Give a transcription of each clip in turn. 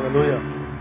Aleluia.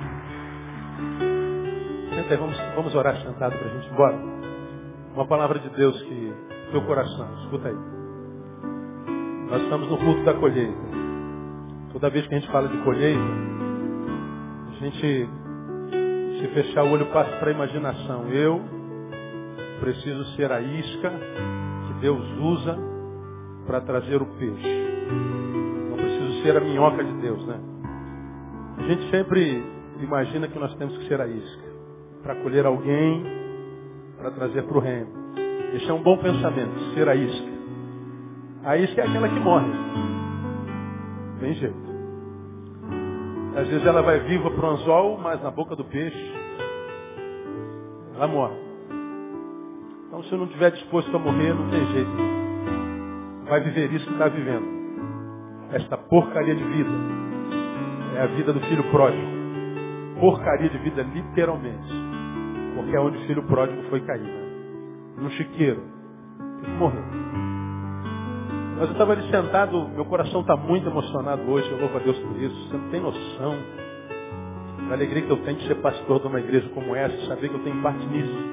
Senta aí, vamos orar sentado para a gente ir embora. Uma palavra de Deus que teu coração, escuta aí. Nós estamos no culto da colheita. Toda vez que a gente fala de colheita, a gente, se fechar o olho, passa para a imaginação. Eu preciso ser a isca que Deus usa para trazer o peixe. Não preciso ser a minhoca de Deus, né? A gente sempre imagina que nós temos que ser a isca para colher alguém, para trazer para o reino. Esse é um bom pensamento, ser a isca. A isca é aquela que morre. Tem jeito. Às vezes ela vai viva para o anzol, mas na boca do peixe ela morre. Então se eu não estiver disposto a morrer, não tem jeito. Vai viver isso que está vivendo. Esta porcaria de vida. É a vida do filho pródigo. Porcaria de vida, literalmente. Porque é onde o filho pródigo foi cair. Né? No chiqueiro. Tem que morrer. Mas eu estava ali sentado, meu coração está muito emocionado hoje. Eu louvo a Deus por isso. Você não tem noção da alegria que eu tenho de ser pastor de uma igreja como essa. Saber que eu tenho parte nisso.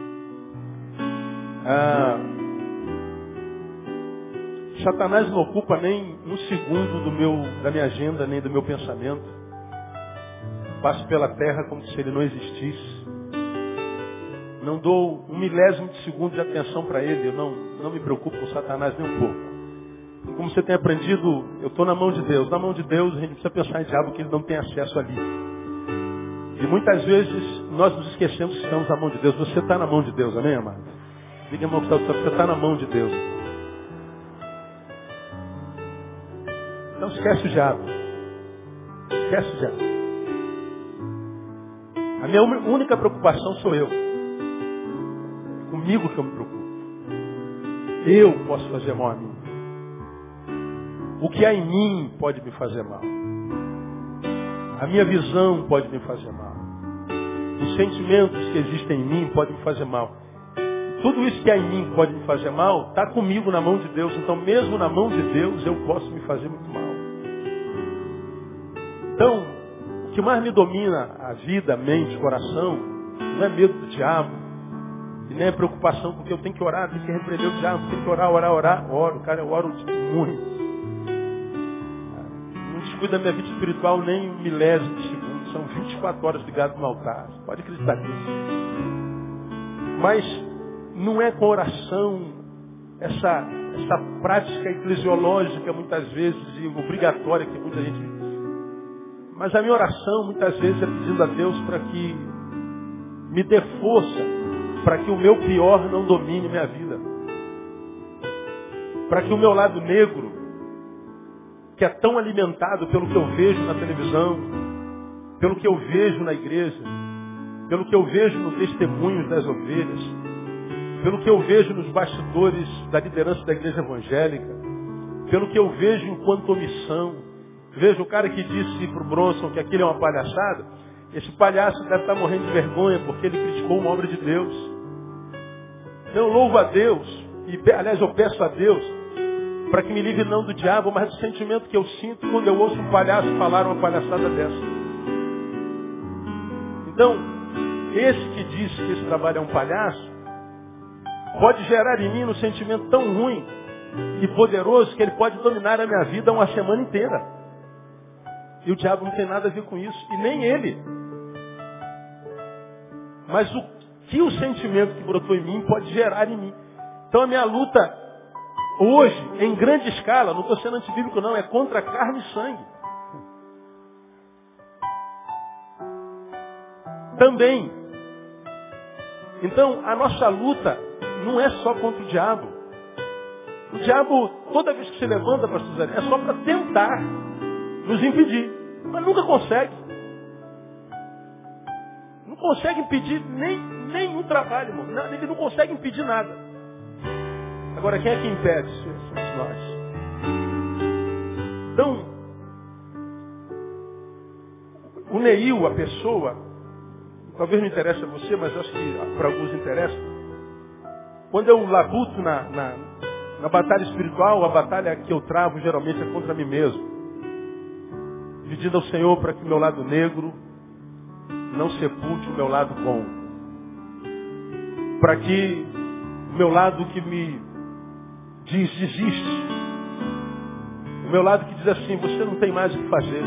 Satanás não ocupa nem um segundo da minha agenda, nem do meu pensamento. Passo pela terra como se ele não existisse. Não dou um milésimo de segundo de atenção para ele. Eu não me preocupo com Satanás nem um pouco. E como você tem aprendido, eu estou na mão de Deus. Na mão de Deus, a gente precisa pensar em diabo que ele não tem acesso ali. E muitas vezes nós nos esquecemos que estamos na mão de Deus. Você está na mão de Deus, amém, amado? Diga, irmão, que você está na mão de Deus. Então esquece o diabo. Esquece o diabo. A minha única preocupação sou eu. Comigo que eu me preocupo. Eu posso fazer mal a mim. O que há em mim pode me fazer mal. A minha visão pode me fazer mal. Os sentimentos que existem em mim podem me fazer mal. Tudo isso que há em mim pode me fazer mal, está comigo na mão de Deus. Então mesmo na mão de Deus eu posso me fazer muito mal. Então, o que mais me domina a vida, a mente, o coração, não é medo do diabo, e nem é preocupação, porque eu tenho que orar, tenho que repreender o diabo, tenho que orar, oro, cara, eu oro muito. Não descuido da minha vida espiritual nem um milésimo de segundo, são 24 horas ligadas no altar, pode acreditar nisso. Mas não é com oração, essa prática eclesiológica muitas vezes, e obrigatória que muita gente... Mas a minha oração muitas vezes é pedindo a Deus para que me dê força, para que o meu pior não domine minha vida. Para que o meu lado negro, que é tão alimentado pelo que eu vejo na televisão, pelo que eu vejo na igreja, pelo que eu vejo no testemunho das ovelhas, pelo que eu vejo nos bastidores da liderança da igreja evangélica, pelo que eu vejo enquanto omissão. Veja o cara que disse para o Bronson que aquilo é uma palhaçada. Esse palhaço deve estar morrendo de vergonha porque ele criticou uma obra de Deus. Eu louvo a Deus, e aliás eu peço a Deus, para que me livre não do diabo, mas do sentimento que eu sinto quando eu ouço um palhaço falar uma palhaçada dessa. Então, esse que diz que esse trabalho é um palhaço, pode gerar em mim um sentimento tão ruim e poderoso que ele pode dominar a minha vida uma semana inteira. E o diabo não tem nada a ver com isso. E nem ele. Mas o que o sentimento que brotou em mim pode gerar em mim. Então a minha luta hoje, em grande escala, não estou sendo antibíblico não, é contra carne e sangue. Também. Então a nossa luta não é só contra o diabo. O diabo, toda vez que se levanta, pastor Zé, é só para tentar nos impedir. Mas nunca consegue. Não consegue impedir nenhum trabalho, irmão. Ele não consegue impedir nada. Agora, quem é que impede? Somos nós. Então, o Neil, a pessoa, talvez não interesse a você, mas acho que para alguns interessa. Quando eu labuto na batalha espiritual, a batalha que eu travo geralmente é contra mim mesmo. Pedindo ao Senhor para que o meu lado negro não sepulte o meu lado bom. Para que o meu lado que me diz desiste, o meu lado que diz assim, você não tem mais o que fazer.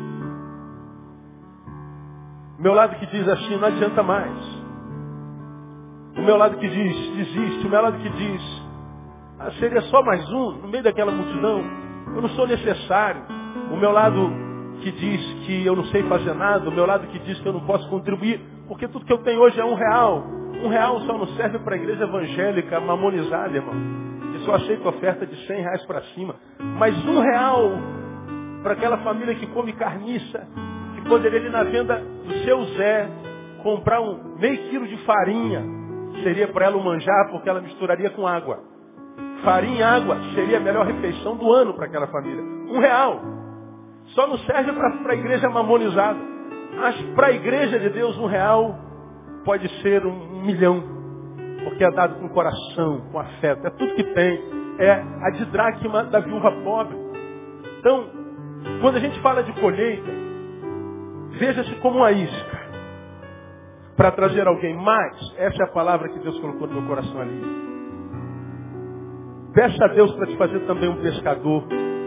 O meu lado que diz assim, não adianta mais. O meu lado que diz, desiste. O meu lado que diz, seria só mais um, no meio daquela multidão. Eu não sou necessário. O meu lado que diz que eu não sei fazer nada. O meu lado que diz que eu não posso contribuir. Porque tudo que eu tenho hoje é R$1. R$1 só não serve para a igreja evangélica mamonizada, irmão. Que só aceita oferta de R$100 para cima. Mas R$1 para aquela família que come carniça, que poderia ir na venda do seu Zé, comprar meio quilo de farinha, seria para ela um manjar, porque ela misturaria com água. Farinha e água seria a melhor refeição do ano para aquela família. R$1. Só não serve para a igreja mamonizada. Mas para a igreja de Deus, R$1 pode ser 1.000.000. Porque é dado com coração, com afeto. É tudo que tem. É a didracma da viúva pobre. Então, quando a gente fala de colheita, veja-se como uma isca para trazer alguém mais. Essa é a palavra que Deus colocou no meu coração ali. Peça a Deus para te fazer também um pescador.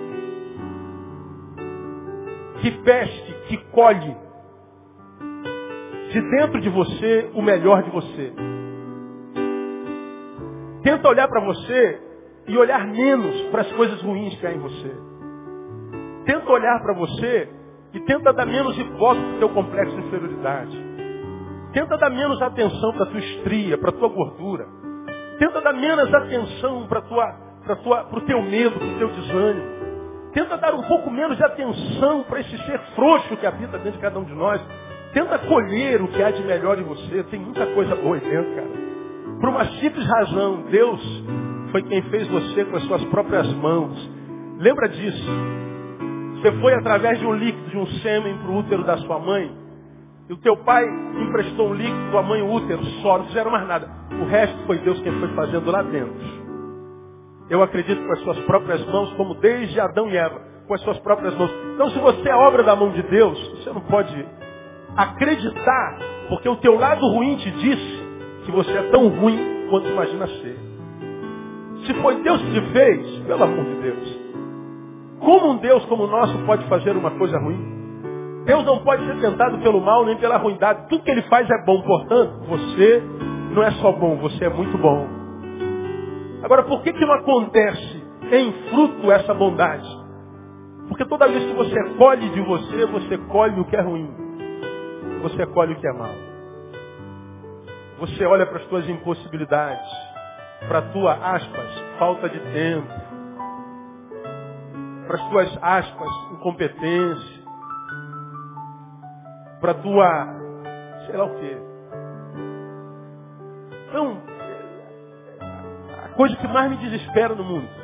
Que pesque, que colhe de dentro de você o melhor de você. Tenta olhar para você e olhar menos para as coisas ruins que há em você. Tenta olhar para você e tenta dar menos ibope para o teu complexo de inferioridade. Tenta dar menos atenção para a tua estria, para a tua gordura. Tenta dar menos atenção para o teu medo, para o teu desânimo. Tenta dar um pouco menos de atenção para esse ser frouxo que habita dentro de cada um de nós. Tenta colher o que há de melhor em você. Tem muita coisa boa aí dentro, cara. Por uma simples razão, Deus foi quem fez você com as suas próprias mãos. Lembra disso? Você foi através de um líquido, de um sêmen para o útero da sua mãe. E o teu pai emprestou um líquido, tua mãe o útero, só, não fizeram mais nada. O resto foi Deus quem foi fazendo lá dentro. Eu acredito com as suas próprias mãos, como desde Adão e Eva, com as suas próprias mãos. Então, se você é obra da mão de Deus, você não pode acreditar, porque o teu lado ruim te disse que você é tão ruim quanto imagina ser. Se foi Deus que te fez, pelo amor de Deus, como um Deus como o nosso pode fazer uma coisa ruim? Deus não pode ser tentado pelo mal nem pela ruindade. Tudo que Ele faz é bom. Portanto, você não é só bom, você é muito bom. Agora, por que não acontece em fruto essa bondade? Porque toda vez que você colhe de você, você colhe o que é ruim. Você colhe o que é mal. Você olha para as tuas impossibilidades, para a tua, aspas, falta de tempo, para as tuas, aspas, incompetência, para a tua, sei lá o quê. Então, a coisa que mais me desespera no mundo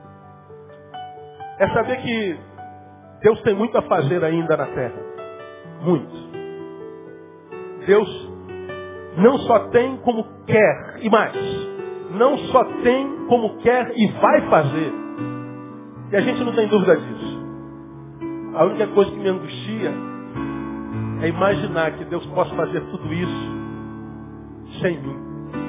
é saber que Deus tem muito a fazer ainda na terra. Muito. Deus não só tem como quer, e mais, não só tem como quer e vai fazer. E a gente não tem dúvida disso. A única coisa que me angustia é imaginar que Deus possa fazer tudo isso sem mim.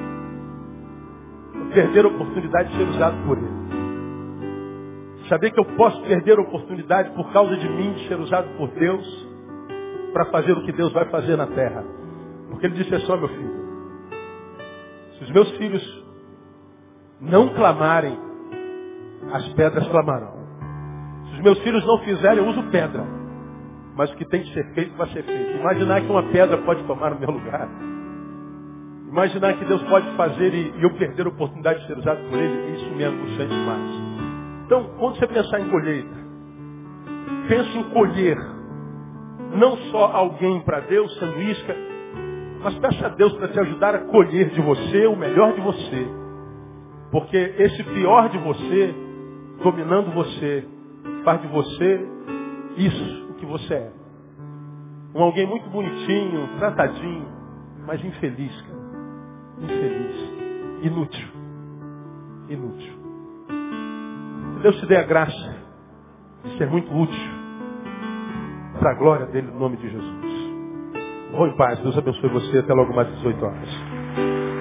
Eu perder a oportunidade de ser usado por Ele. Saber que eu posso perder a oportunidade por causa de mim de ser usado por Deus para fazer o que Deus vai fazer na terra. Porque Ele disse assim, meu filho, se os meus filhos não clamarem, as pedras clamarão. Se os meus filhos não fizerem, eu uso pedra. Mas o que tem que ser feito, vai ser feito. Imaginar que uma pedra pode tomar no meu lugar. Imaginar que Deus pode fazer e eu perder a oportunidade de ser usado por Ele, isso me angustia demais. Então, quando você pensar em colheita, pense em colher não só alguém para Deus, sendo isca, mas peça a Deus para te ajudar a colher de você o melhor de você. Porque esse pior de você, dominando você, faz de você isso, o que você é. Um alguém muito bonitinho, tratadinho, mas infeliz, cara. Infeliz. Inútil. Inútil. Que Deus te dê a graça de ser muito útil para a glória dele, no nome de Jesus. Vou em paz. Deus abençoe você. Até logo mais às 18 horas.